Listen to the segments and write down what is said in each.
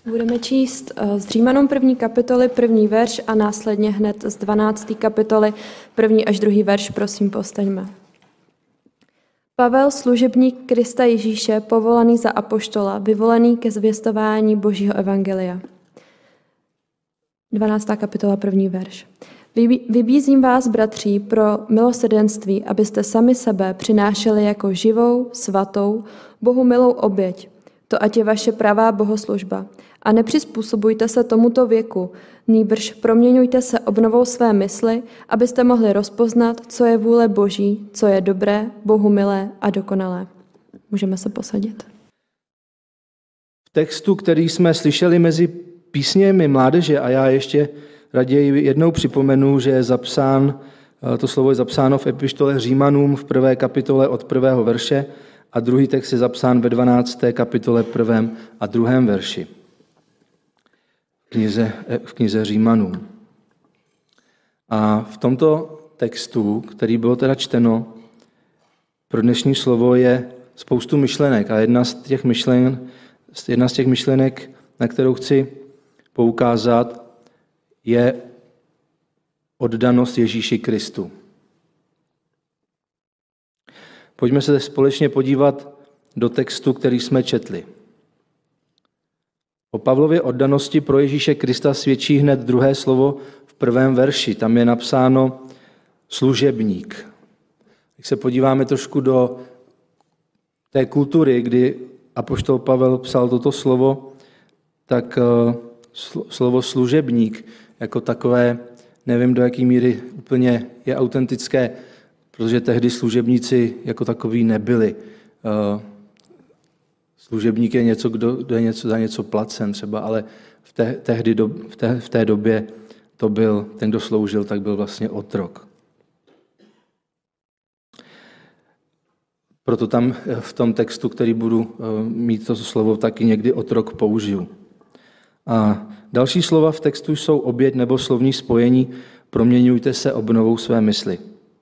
Budeme číst z Římanům 1. kapitoly 1. verš a následně hned z 12. kapitoly 1. až 2. verš. Prosím, povstaňme. Pavel, služebník Krista Ježíše, povolaný za apoštola, vyvolený ke zvěstování Božího evangelia. 12. kapitola 1. verš. Vybízím vás, bratří, pro milosrdenství, abyste sami sebe přinášeli jako živou, svatou, Bohu milou oběť. To ať je vaše pravá bohoslužba. A nepřizpůsobujte se tomuto věku, nýbrž proměňujte se obnovou své mysli, abyste mohli rozpoznat, co je vůle Boží, co je dobré, Bohu milé a dokonalé. Můžeme se posadit. V textu, který jsme slyšeli mezi písněmi mládeže, a já ještě raději jednou připomenu, že je zapsán, to slovo je zapsáno v epištole Římanům v 1. kapitole od 1. verše a druhý text je zapsán ve 12. kapitole 1. a 2. verši v knize Římanům. A v tomto textu, který bylo teda čteno, pro dnešní slovo je spoustu myšlenek a jedna z těch myšlenek, na kterou chci poukázat, je oddanost Ježíši Kristu. Pojďme se společně podívat do textu, který jsme četli. O Pavlově oddanosti pro Ježíše Krista svědčí hned druhé slovo v 1. verši. Tam je napsáno služebník. Když se podíváme trošku do té kultury, kdy apoštol Pavel psal toto slovo, tak slovo služebník jako takové, nevím, do jaké míry úplně je autentické, protože tehdy služebníci jako takový nebyli. Služebník je něco, kdo je za něco placen třeba, ale v té době to byl, ten, kdo sloužil, tak byl vlastně otrok. Proto tam v tom textu, který budu mít to slovo, taky někdy otrok použiju. A další slova v textu jsou oběť nebo slovní spojení proměňujte se obnovou své mysli.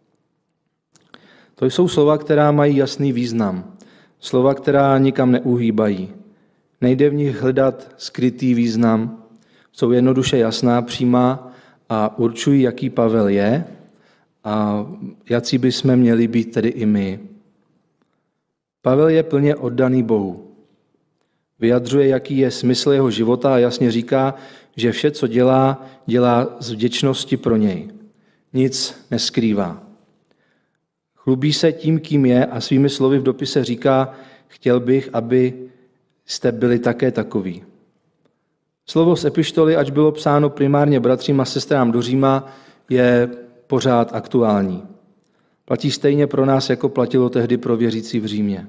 To jsou slova, která mají jasný význam. Slova, která nikam neuhýbají. Nejde v nich hledat skrytý význam. Jsou jednoduše jasná, přímá a určují, jaký Pavel je a jací bychom měli být tedy i my. Pavel je plně oddaný Bohu. Vyjadřuje, jaký je smysl jeho života a jasně říká, že vše, co dělá, dělá z vděčnosti pro něj. Nic neskrývá. Chlubí se tím, kým je a svými slovy v dopise říká, chtěl bych, aby jste byli také takoví. Slovo z epištoly, ač bylo psáno primárně bratřím a sestrám do Říma, je pořád aktuální. Platí stejně pro nás, jako platilo tehdy pro věřící v Římě.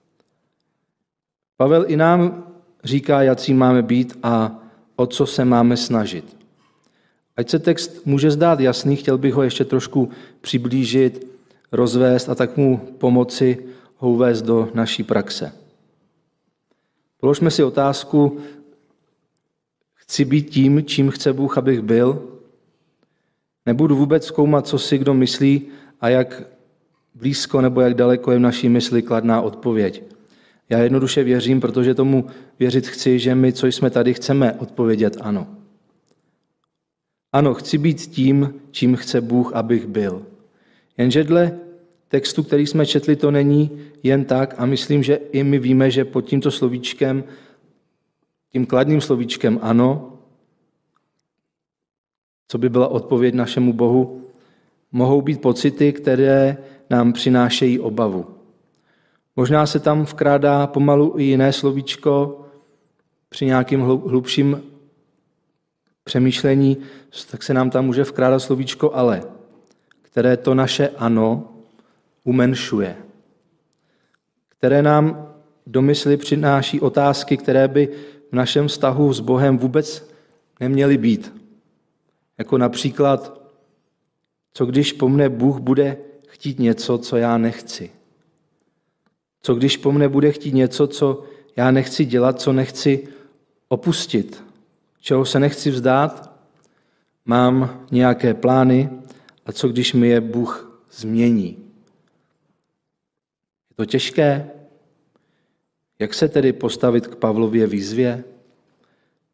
Pavel i nám říká, jací máme být a o co se máme snažit. Ať se text může zdát jasný, chtěl bych ho ještě trošku přiblížit, rozvést a tak mu pomoci ho uvést do naší praxe. Položme si otázku, chci být tím, čím chce Bůh, abych byl? Nebudu vůbec zkoumat, co si kdo myslí a jak blízko nebo jak daleko je v naší mysli kladná odpověď. Já jednoduše věřím, protože tomu věřit chci, že my, co jsme tady, chceme odpovědět ano. Ano, chci být tím, čím chce Bůh, abych byl. Jenže dle textu, který jsme četli, to není jen tak a myslím, že i my víme, že pod tímto slovíčkem, tím kladným slovíčkem ano, co by byla odpověď našemu Bohu, mohou být pocity, které nám přinášejí obavu. Možná se tam vkrádá pomalu i jiné slovíčko při nějakým hlubším přemýšlení, tak se nám tam může vkrádat slovíčko ale, které to naše ano umenšuje, které nám do mysli přináší otázky, které by v našem vztahu s Bohem vůbec neměly být. Jako například, co když po mne Bůh bude chtít něco, co já nechci? Co když po mne bude chtít něco, co já nechci dělat, co nechci opustit, čeho se nechci vzdát? Mám nějaké plány a co když mi je Bůh změní? Je to těžké? Jak se tedy postavit k Pavlově výzvě?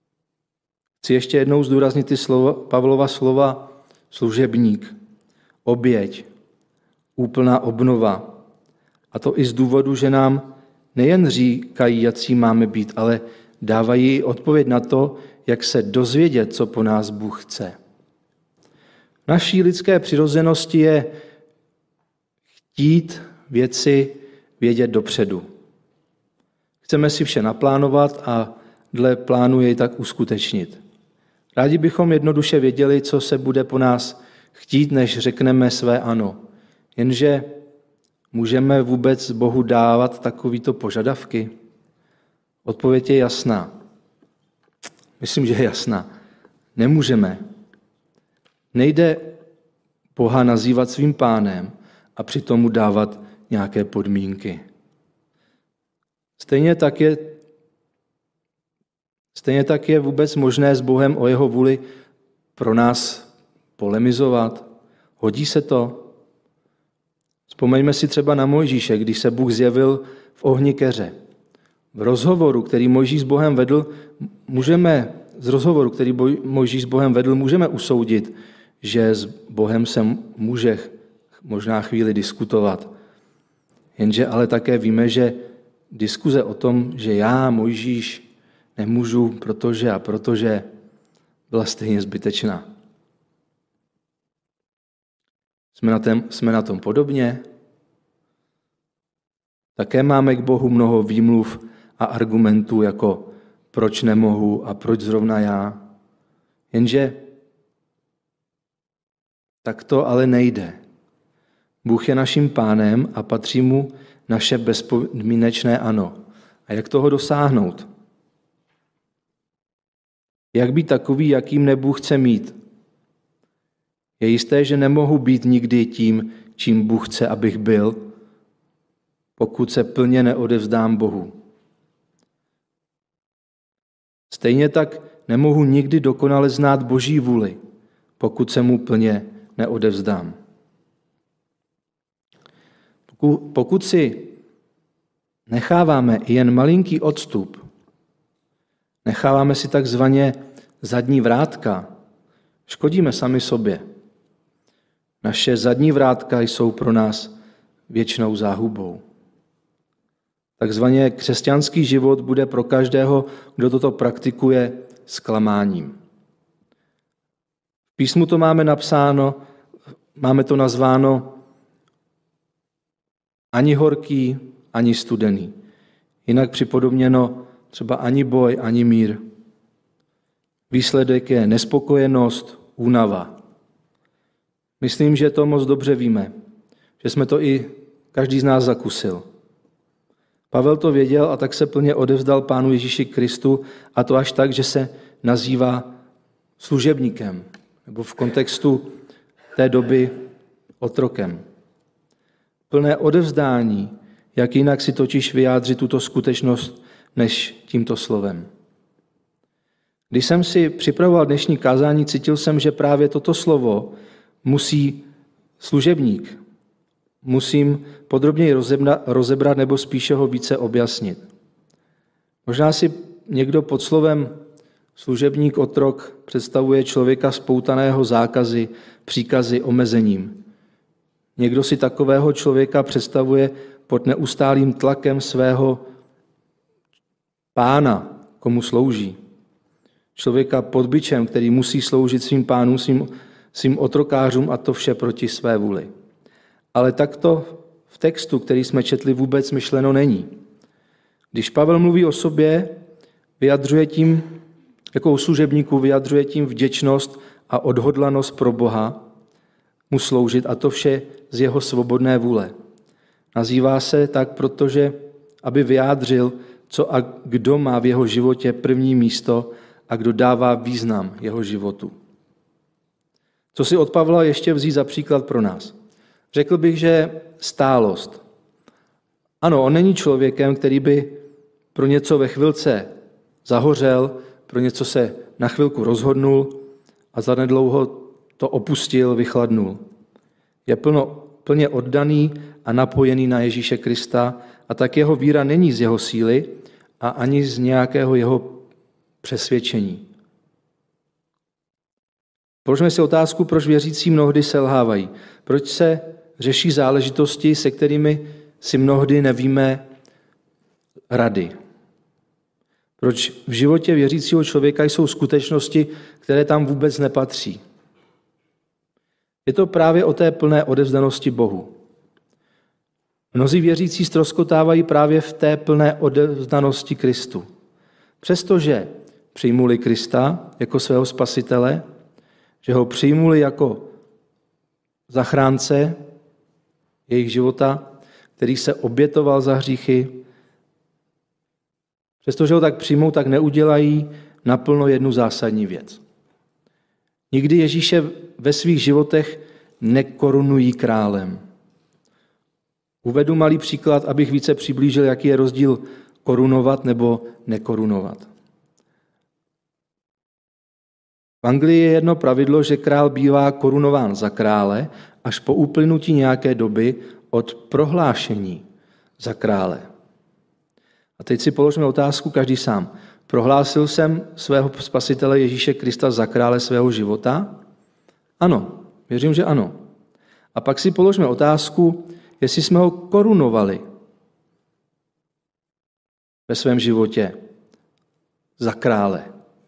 Chci ještě jednou zdůraznit Pavlova slova služebník, oběť, úplná obnova. A to i z důvodu, že nám nejen říkají, jací máme být, ale dávají odpověď na to, jak se dozvědět, co po nás Bůh chce. V naší lidské přirozenosti je chtít věci vědět dopředu. Chceme si vše naplánovat a dle plánu jej tak uskutečnit. Rádi bychom jednoduše věděli, co se bude po nás chtít, než řekneme své ano. Jenže můžeme vůbec Bohu dávat takovýto požadavky? Odpověď je jasná. Myslím, že je jasná. Nemůžeme. Nejde Boha nazývat svým pánem a přitom mu dávat nějaké podmínky. Stejně tak je vůbec možné s Bohem o jeho vůli pro nás polemizovat. Hodí se to? Vzpomeňme si třeba na Mojžíše, když se Bůh zjevil v ohni keře. Z rozhovoru, který Mojžíš s Bohem vedl, můžeme usoudit, že s Bohem se může možná chvíli diskutovat. Jenže ale také víme, že diskuze o tom, že já, Mojžíš, nemůžu, protože byla stejně zbytečná. Jsme na tom podobně? Také máme k Bohu mnoho výmluv a argumentů, jako proč nemohu a proč zrovna já. Jenže tak to ale nejde. Bůh je naším pánem a patří mu naše bezpodmínečné ano. A jak toho dosáhnout? Jak být takový, jakým mne Bůh chce mít? Je jisté, že nemohu být nikdy tím, čím Bůh chce, abych byl, pokud se plně neodevzdám Bohu. Stejně tak nemohu nikdy dokonale znát Boží vůli, pokud se mu plně neodevzdám. Pokud si necháváme jen malinký odstup, necháváme si takzvaně zadní vrátka, škodíme sami sobě. Naše zadní vrátka jsou pro nás věčnou záhubou. Takzvaně křesťanský život bude pro každého, kdo toto praktikuje, zklamáním. V písmu to máme to nazváno ani horký, ani studený. Jinak připodobněno třeba ani boj, ani mír. Výsledek je nespokojenost, únava. Myslím, že to moc dobře víme, že jsme to i každý z nás zakusil. Pavel to věděl a tak se plně odevzdal Pánu Ježíši Kristu, a to až tak, že se nazývá služebníkem, nebo v kontextu té doby otrokem. Plné odevzdání, jak jinak si totiž vyjádřit tuto skutečnost než tímto slovem. Když jsem si připravoval dnešní kázání, cítil jsem, že právě toto slovo musí služebník. Musím podrobněji rozebrat nebo spíše ho více objasnit. Možná si někdo pod slovem služebník, otrok představuje člověka spoutaného zákazy, příkazy, omezením. Někdo si takového člověka představuje pod neustálým tlakem svého pána, komu slouží. Člověka pod bičem, který musí sloužit svým pánům, svým otrokářům, a to vše proti své vůli. Ale takto v textu, který jsme četli, vůbec myšleno není. Když Pavel mluví o sobě, vyjadřuje tím, jako o služebníku, vyjadřuje tím vděčnost a odhodlanost pro Boha mu sloužit, a to vše z jeho svobodné vůle. Nazývá se tak, protože aby vyjádřil, co a kdo má v jeho životě první místo a kdo dává význam jeho životu. Co si od Pavla ještě vzít za příklad pro nás? Řekl bych, že stálost. Ano, on není člověkem, který by pro něco ve chvilce zahořel, pro něco se na chvilku rozhodnul a zanedlouho to opustil, vychladnul. Je plně oddaný a napojený na Ježíše Krista, a tak jeho víra není z jeho síly a ani z nějakého jeho přesvědčení. Položme si otázku, proč věřící mnohdy selhávají. Proč se řeší záležitosti, se kterými si mnohdy nevíme rady. Proč v životě věřícího člověka jsou skutečnosti, které tam vůbec nepatří. Je to právě o té plné odevzdanosti Bohu. Mnozí věřící ztroskotávají právě v té plné odevzdanosti Kristu. Přestože přijmuli Krista jako svého spasitele, že ho přijmuli jako zachránce jejich života, který se obětoval za hříchy, přestože ho tak přijmou, tak neudělají naplno jednu zásadní věc. Nikdy Ježíše ve svých životech nekorunují králem. Uvedu malý příklad, abych více přiblížil, jaký je rozdíl korunovat nebo nekorunovat. V Anglii je jedno pravidlo, že král bývá korunován za krále až po uplynutí nějaké doby od prohlášení za krále. A teď si položme otázku každý sám. Prohlásil jsem svého spasitele Ježíše Krista za krále svého života? Ano, věřím, že ano. A pak si položme otázku, jestli jsme ho korunovali ve svém životě za krále.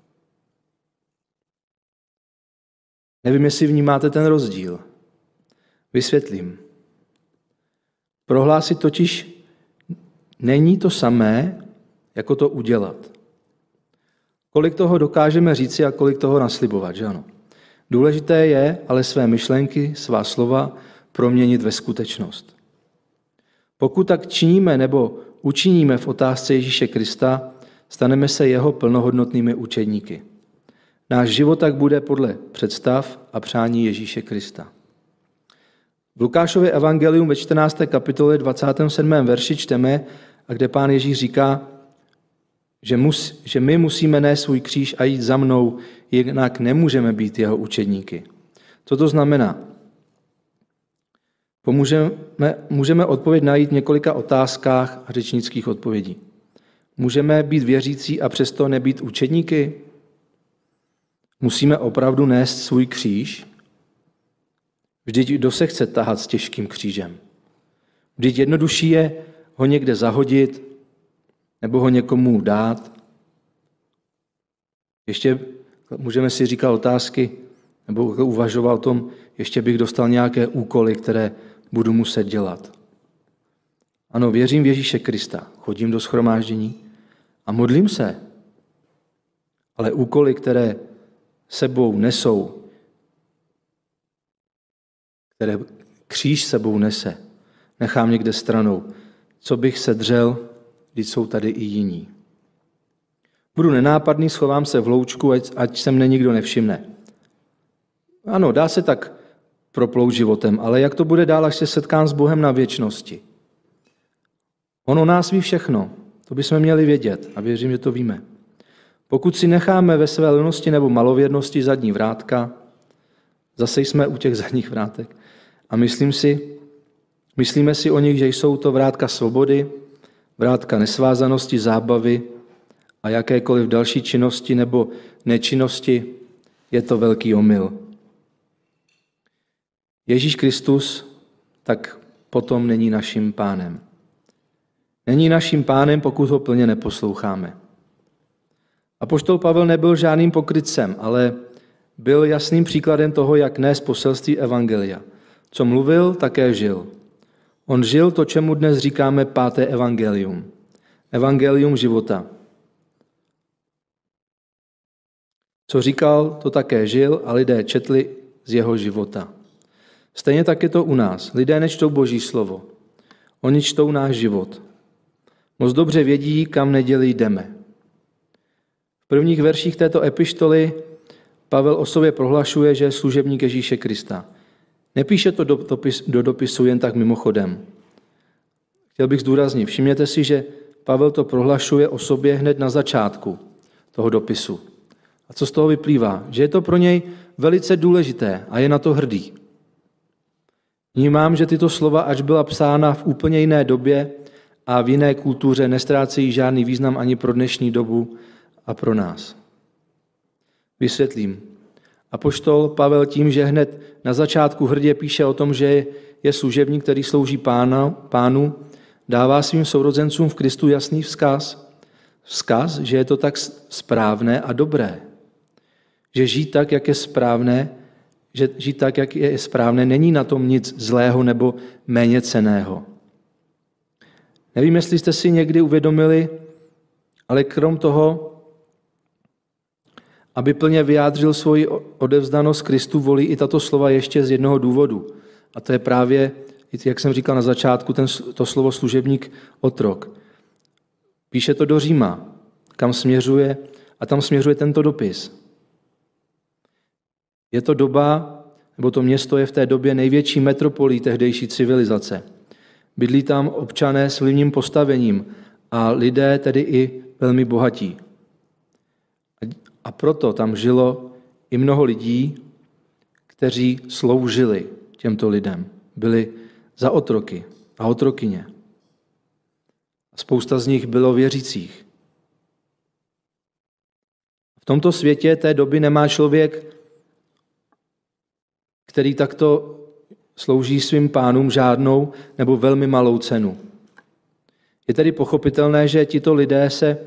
Nevím, jestli vnímáte ten rozdíl. Vysvětlím. Prohlásit totiž není to samé, jako to udělat. Kolik toho dokážeme říci a kolik toho naslibovat, že ano? Důležité je ale své myšlenky, svá slova proměnit ve skutečnost. Pokud tak činíme nebo učiníme v otázce Ježíše Krista, staneme se jeho plnohodnotnými učedníky. Náš život tak bude podle představ a přání Ježíše Krista. V Lukášově evangelium ve 14. kapitole 27. verši čteme, a kde Pán Ježíš říká, že my musíme nést svůj kříž a jít za mnou, jinak nemůžeme být jeho učedníky. Co to znamená? Můžeme odpověď najít v několika otázkách a řečnických odpovědí. Můžeme být věřící a přesto nebýt učedníky? Musíme opravdu nést svůj kříž? Vždyť kdo se chce tahat s těžkým křížem? Vždyť jednodušší je ho někde zahodit nebo ho někomu dát. Ještě můžeme si říkat otázky nebo uvažovat o tom, ještě bych dostal nějaké úkoly, které budu muset dělat. Ano, věřím v Ježíše Krista, chodím do shromáždění a modlím se, ale úkoly, které sebou nesou, které kříž sebou nese, nechám někde stranou. Co bych se dřel, když jsou tady i jiní. Budu nenápadný, schovám se v hloučku, ať se mne nikdo nevšimne. Ano, dá se tak proplout životem, ale jak to bude dál, až se setkám s Bohem na věčnosti? On o nás ví všechno, to bychom měli vědět a věřím, že to víme. Pokud si necháme ve své lenosti nebo malověrnosti zadní vrátka, zase jsme u těch zadních vrátek a myslíme si o nich, že jsou to vrátka svobody, vrátka nesvázanosti, zábavy a jakékoliv další činnosti nebo nečinnosti, je to velký omyl. Ježíš Kristus tak potom není naším pánem. Není naším pánem, pokud ho plně neposloucháme. Apoštol Pavel nebyl žádným pokrytcem, ale byl jasným příkladem toho, jak nést poselství evangelia. Co mluvil, také žil. On žil to, čemu dnes říkáme páté evangelium. Evangelium života. Co říkal, to také žil a lidé četli z jeho života. Stejně tak je to u nás. Lidé nečtou Boží slovo. Oni čtou náš život. Moc dobře vědí, kam neděli jdeme. V prvních verších této epištoly Pavel o sobě prohlašuje, že je služebník Ježíše Krista. Nepíše to do dopisu jen tak mimochodem. Chtěl bych zdůraznit, všimněte si, že Pavel to prohlašuje o sobě hned na začátku toho dopisu. A co z toho vyplývá? Že je to pro něj velice důležité a je na to hrdý. Vnímám, že tyto slova, ač byla psána v úplně jiné době a v jiné kultuře, nestrácejí žádný význam ani pro dnešní dobu a pro nás. Vysvětlím. Apoštol Pavel tím, že hned na začátku hrdě píše o tom, že je služebník, který slouží Pánu, dává svým sourozencům v Kristu jasný vzkaz. Vzkaz, že je to tak správné a dobré. Že žít tak, jak je správné, není na tom nic zlého nebo méně cenného. Nevím, jestli jste si někdy uvědomili, ale krom toho, aby plně vyjádřil svoji odevzdanost Kristu, volí i tato slova ještě z jednoho důvodu. A to je právě, jak jsem říkal na začátku, to slovo služebník otrok. Píše to do Říma, kam směřuje, a tam směřuje tento dopis. Je to doba, nebo to město je v té době největší metropolí tehdejší civilizace. Bydlí tam občané s vlivným postavením a lidé tedy i velmi bohatí. A proto tam žilo i mnoho lidí, kteří sloužili těmto lidem. Byli za otroky a otrokyně. A spousta z nich bylo věřících. V tomto světě té doby nemá člověk, který takto slouží svým pánům, žádnou nebo velmi malou cenu. Je tedy pochopitelné, že tito lidé se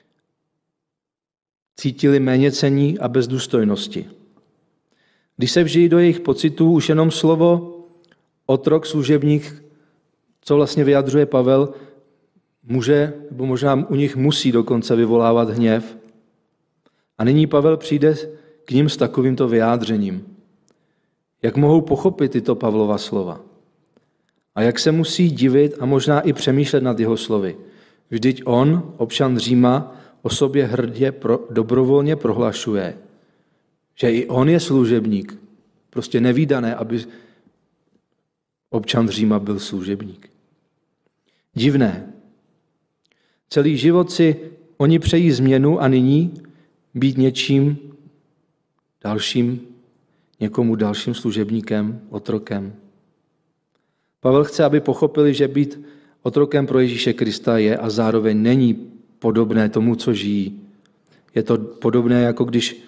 cítili méněcenní a bez důstojnosti. Když se vžijí do jejich pocitů, už jenom slovo otrok, služebník, co vlastně vyjadřuje Pavel, může, nebo možná u nich musí dokonce vyvolávat hněv. A nyní Pavel přijde k ním s takovýmto vyjádřením. Jak mohou pochopit tyto Pavlova slova? A jak se musí divit a možná i přemýšlet nad jeho slovy? Vždyť on, občan Říma, o sobě hrdě dobrovolně prohlašuje, že i on je služebník. Prostě nevídané, aby občan Říma byl služebník. Divné. Celý život si oni přejí změnu a nyní být něčím dalším, někomu dalším služebníkem, otrokem. Pavel chce, aby pochopili, že být otrokem pro Ježíše Krista je a zároveň není podobné tomu, co žijí. Je to podobné, jako když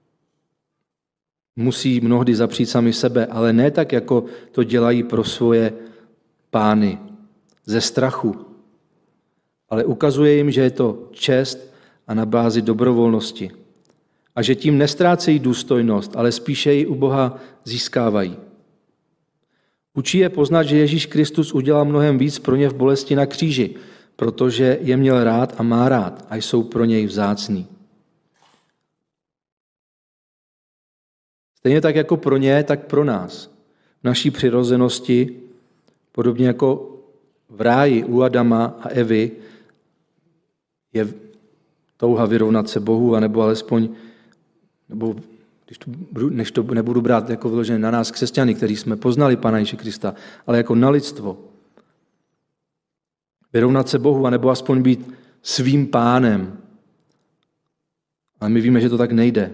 musí mnohdy zapřít sami sebe, ale ne tak, jako to dělají pro svoje pány, ze strachu. Ale ukazuje jim, že je to čest a na bázi dobrovolnosti. A že tím nestrácejí důstojnost, ale spíše ji u Boha získávají. Učí je poznat, že Ježíš Kristus udělal mnohem víc pro ně v bolesti na kříži, protože je měl rád a má rád a jsou pro něj vzácní. Stejně tak jako pro ně, tak pro nás. V naší přirozenosti, podobně jako v ráji u Adama a Evy, je touha vyrovnat se Bohu, anebo alespoň, nebo než to nebudu brát jako vyložené na nás křesťany, kteří jsme poznali Pana Ježíše Krista, ale jako na lidstvo. Vyrovnat se Bohu, anebo aspoň být svým pánem. Ale my víme, že to tak nejde.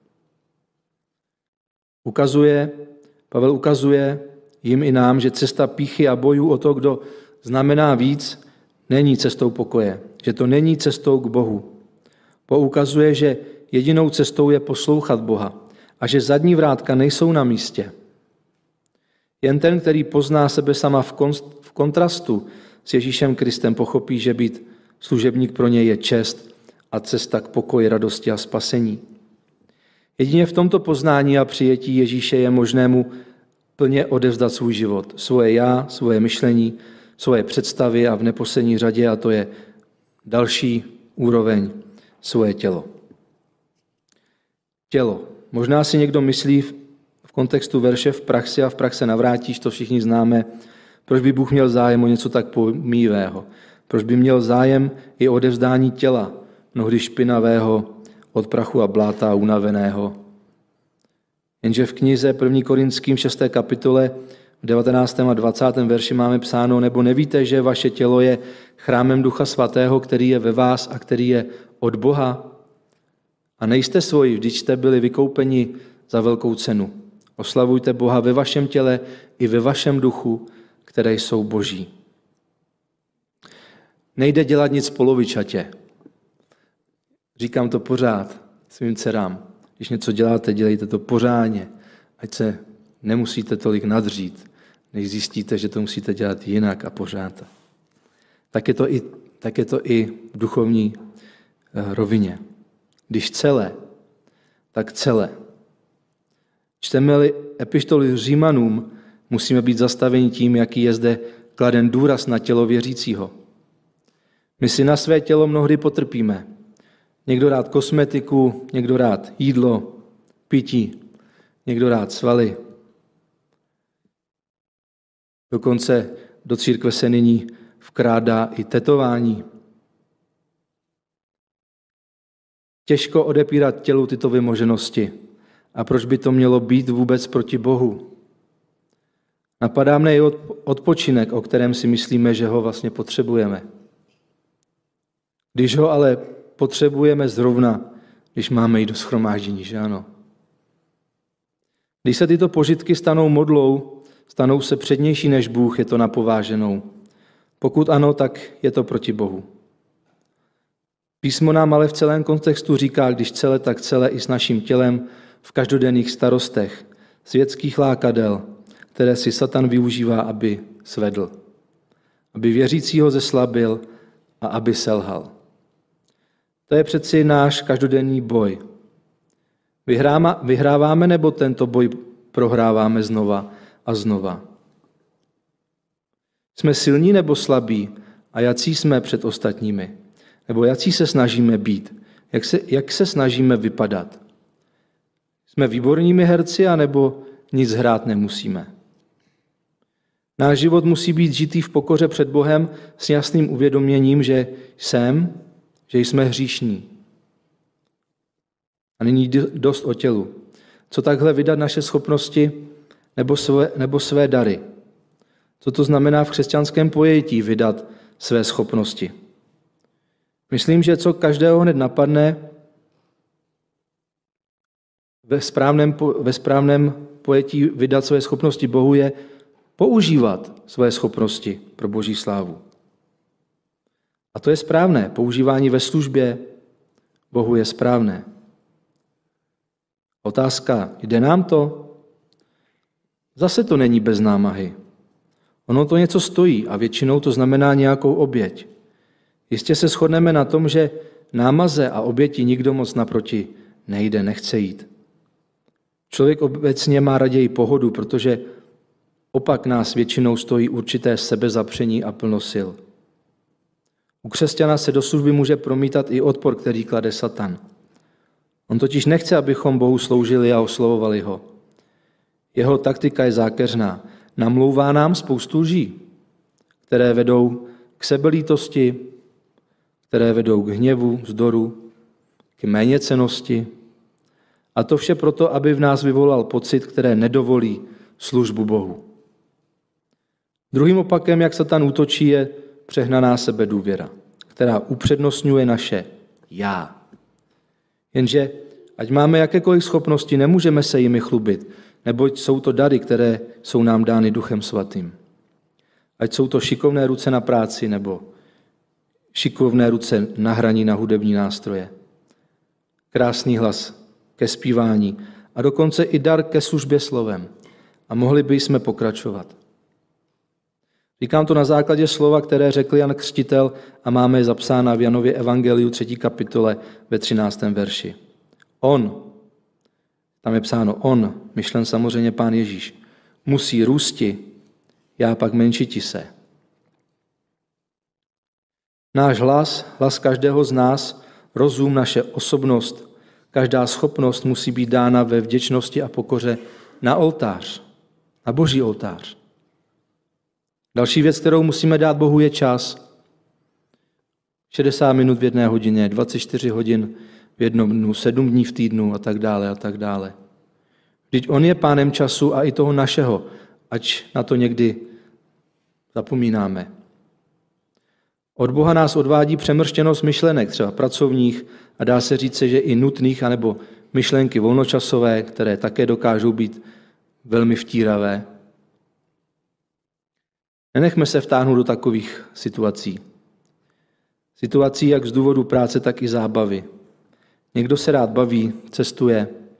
Pavel ukazuje jim i nám, že cesta pýchy a bojů o to, kdo znamená víc, není cestou pokoje. Že to není cestou k Bohu. Poukazuje, že jedinou cestou je poslouchat Boha a že zadní vrátka nejsou na místě. Jen ten, který pozná sebe sama v kontrastu s Ježíšem Kristem, pochopí, že být služebník pro něj je čest a cesta k pokoji, radosti a spasení. Jedině v tomto poznání a přijetí Ježíše je možné mu plně odevzdat svůj život, svoje já, svoje myšlení, svoje představy a v neposlední řadě, a to je další úroveň, svoje tělo. Tělo. Možná si někdo myslí v kontextu verše v praxi a v praxe navrátíš, to všichni známe, proč by Bůh měl zájem o něco tak pomíjivého. Proč by měl zájem i o odevzdání těla, mnohdy špinavého, od prachu a bláta a unaveného. Jenže v knize 1. Korinským 6. kapitole v 19. a 20. verši máme psáno, nebo nevíte, že vaše tělo je chrámem Ducha Svatého, který je ve vás a který je od Boha? A nejste svoji, vždyť jste byli vykoupeni za velkou cenu. Oslavujte Boha ve vašem těle i ve vašem duchu, které jsou boží. Nejde dělat nic polovičatě. Říkám to pořád svým dcerám. Když něco děláte, dělejte to pořádně, ať se nemusíte tolik nadřít, než zjistíte, že to musíte dělat jinak a pořád. Tak je to i v duchovní rovině. Když celé, tak celé. Čteme-li epištoly Římanům, musíme být zastaveni tím, jaký je zde kladen důraz na tělo věřícího. My si na své tělo mnohdy potrpíme. Někdo rád kosmetiku, někdo rád jídlo, pití, někdo rád svaly. Dokonce do církve se nyní vkrádá i tetování. Těžko odepírat tělu tyto vymoženosti. A proč by to mělo být vůbec proti Bohu? Napadá mne i odpočinek, o kterém si myslíme, že ho vlastně potřebujeme. Když ho ale potřebujeme zrovna, když máme jít do shromáždění, že ano? Když se tyto požitky stanou modlou, stanou se přednější než Bůh, je to na pováženou. Pokud ano, tak je to proti Bohu. Písmo nám ale v celém kontextu říká, když celé, tak celé i s naším tělem v každodenních starostech, světských lákadel, které si Satan využívá, aby svedl, aby věřícího zeslabil a aby selhal. To je přeci náš každodenní boj. Vyhráváme nebo tento boj prohráváme znova a znova? Jsme silní nebo slabí a jací jsme před ostatními? Nebo jací se snažíme být? Jak se snažíme vypadat? Jsme výbornými herci, anebo nic hrát nemusíme? Náš život musí být žitý v pokoře před Bohem s jasným uvědoměním, že jsme hříšní. A nyní dost o tělu. Co takhle vydat naše schopnosti nebo své dary? Co to znamená v křesťanském pojetí vydat své schopnosti? Myslím, že co každého hned napadne ve správném pojetí vydat své schopnosti Bohu je používat své schopnosti pro Boží slávu. A to je správné. Používání ve službě Bohu je správné. Otázka, jde nám to? Zase to není bez námahy. Ono to něco stojí a většinou to znamená nějakou oběť. Jistě se shodneme na tom, že námaze a oběti nikdo moc naproti nejde, nechce jít. Člověk obecně má raději pohodu, protože opak nás většinou stojí určité sebezapření a plno sil. U křesťana se do služby může promítat i odpor, který klade Satan. On totiž nechce, abychom Bohu sloužili a oslavovali ho. Jeho taktika je zákeřná. Namlouvá nám spoustu lží, které vedou k sebelítosti, které vedou k hněvu, vzdoru, k méněcennosti. A to vše proto, aby v nás vyvolal pocit, které nedovolí službu Bohu. Druhým opakem, jak Satan útočí, je přehnaná sebedůvěra, která upřednostňuje naše já. Jenže ať máme jakékoliv schopnosti, nemůžeme se jimi chlubit, neboť jsou to dary, které jsou nám dány Duchem Svatým. Ať jsou to šikovné ruce na práci nebo šikovné ruce na hraní na hudební nástroje. Krásný hlas ke zpívání a dokonce i dar ke službě slovem. A mohli bychom pokračovat. Říkám to na základě slova, které řekl Jan Křtitel a máme je zapsána v Janově evangeliu 3. kapitole ve 13. verši. On, tam je psáno on, myšlen samozřejmě Pán Ježíš, musí růsti, já pak menšiti se. Náš hlas každého z nás, rozum, naše osobnost, každá schopnost musí být dána ve vděčnosti a pokoře na oltář, na Boží oltář. Další věc, kterou musíme dát Bohu, je čas. 60 minut v jedné hodině, 24 hodin v jednom dnu, 7 dní v týdnu a tak dále a tak dále. Vždyť on je pánem času a i toho našeho, ač na to někdy zapomínáme. Od Boha nás odvádí přemrštěnost myšlenek, třeba pracovních, a dá se říct, že i nutných, anebo myšlenky volnočasové, které také dokážou být velmi vtíravé. Nenechme se vtáhnout do takových situací. Situací jak z důvodu práce, tak i zábavy. Někdo se rád baví, cestuje,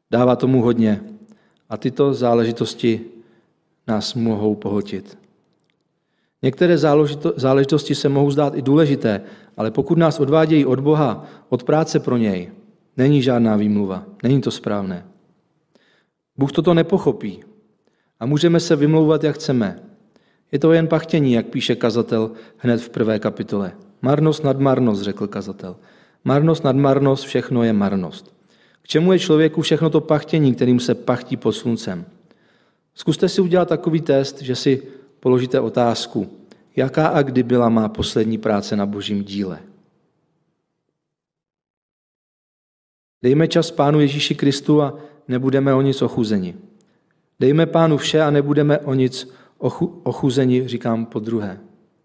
Dává tomu hodně a tyto záležitosti nás mohou pohltit. Některé záležitosti se mohou zdát i důležité, ale pokud nás odvádějí od Boha, od práce pro něj, není žádná výmluva, není to správné. Bůh toto nepochopí a můžeme se vymlouvat, jak chceme. Je to jen pachtění, jak píše kazatel hned v 1. kapitole. Marnost nad marnost, řekl kazatel. Marnost nad marnost, všechno je marnost. K čemu je člověku všechno to pachtění, kterým se pachtí pod sluncem? Zkuste si udělat takový test, že si položíte otázku, jaká a kdy byla má poslední práce na Božím díle. Dejme čas Pánu Ježíši Kristu a nebudeme o nic ochuzeni. Dejme Pánu vše a nebudeme o nic ochuzeni, říkám podruhé.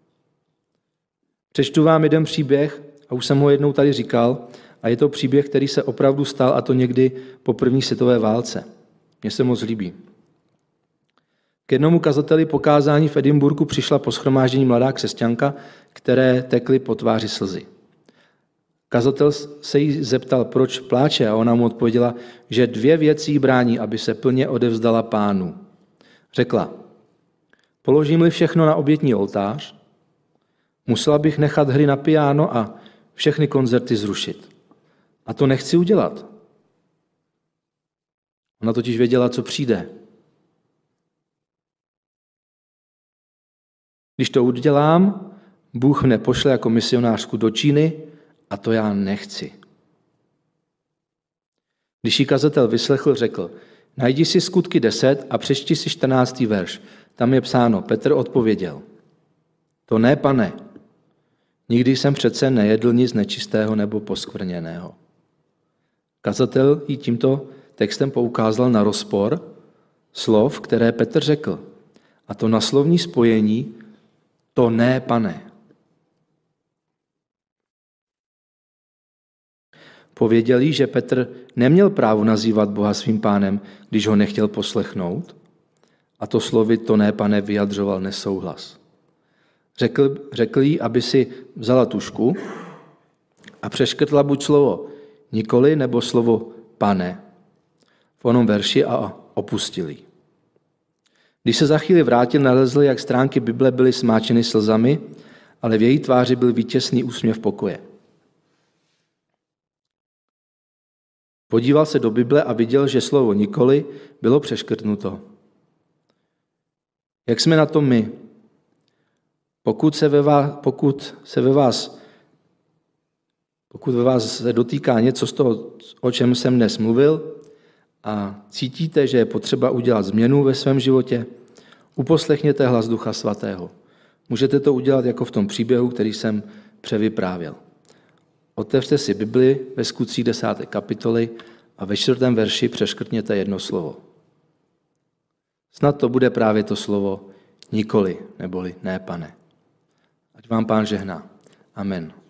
Přečtu vám jeden příběh, a už jsem ho jednou tady říkal, a je to příběh, který se opravdu stal, a to někdy po první světové válce. Mně se moc líbí. K jednomu kazateli po kázání v Edinburghu přišla po shromáždění mladá křesťanka, které tekly po tváři slzy. Kazatel se jí zeptal, proč pláče, a ona mu odpověděla, že 2 věci jí brání, aby se plně odevzdala Pánu. Řekla, položím-li všechno na obětní oltář, musela bych nechat hry na piano a všechny koncerty zrušit. A to nechci udělat. Ona totiž věděla, co přijde. Když to udělám, Bůh mne pošle jako misionářku do Číny a to já nechci. Když jí kazatel vyslechl, řekl, najdi si Skutky 10 a přečti si 14. verš. Tam je psáno, Petr odpověděl, to ne, pane, nikdy jsem přece nejedl nic nečistého nebo poskvrněného. Kazatel jí tímto textem poukázal na rozpor slov, které Petr řekl. A to na slovní spojení to ne, pane. Pověděl jí, že Petr neměl právo nazývat Boha svým pánem, když ho nechtěl poslechnout, a to slovy to ne, pane vyjadřoval nesouhlas. Řekl jí, aby si vzala tužku a přeškrtla buď slovo nikoli nebo slovo pane v onom verši a opustil jí. Když se za chvíli vrátil, nalezl, jak stránky Bible byly smáčeny slzami, ale v její tváři byl vítězný úsměv pokoje. Podíval se do Bible a viděl, že slovo nikoli bylo přeškrtnuto. Jak jsme na tom my? Pokud ve vás se dotýká něco z toho, o čem jsem dnes mluvil, a cítíte, že je potřeba udělat změnu ve svém životě, uposlechněte hlas Ducha Svatého. Můžete to udělat jako v tom příběhu, který jsem převyprávěl. Otevřte si Bibli ve Skutcích 10. kapitoly a ve 4. verši přeškrtněte jedno slovo. Snad to bude právě to slovo nikoli, neboli ne, pane. Ať vám Pán žehná. Amen.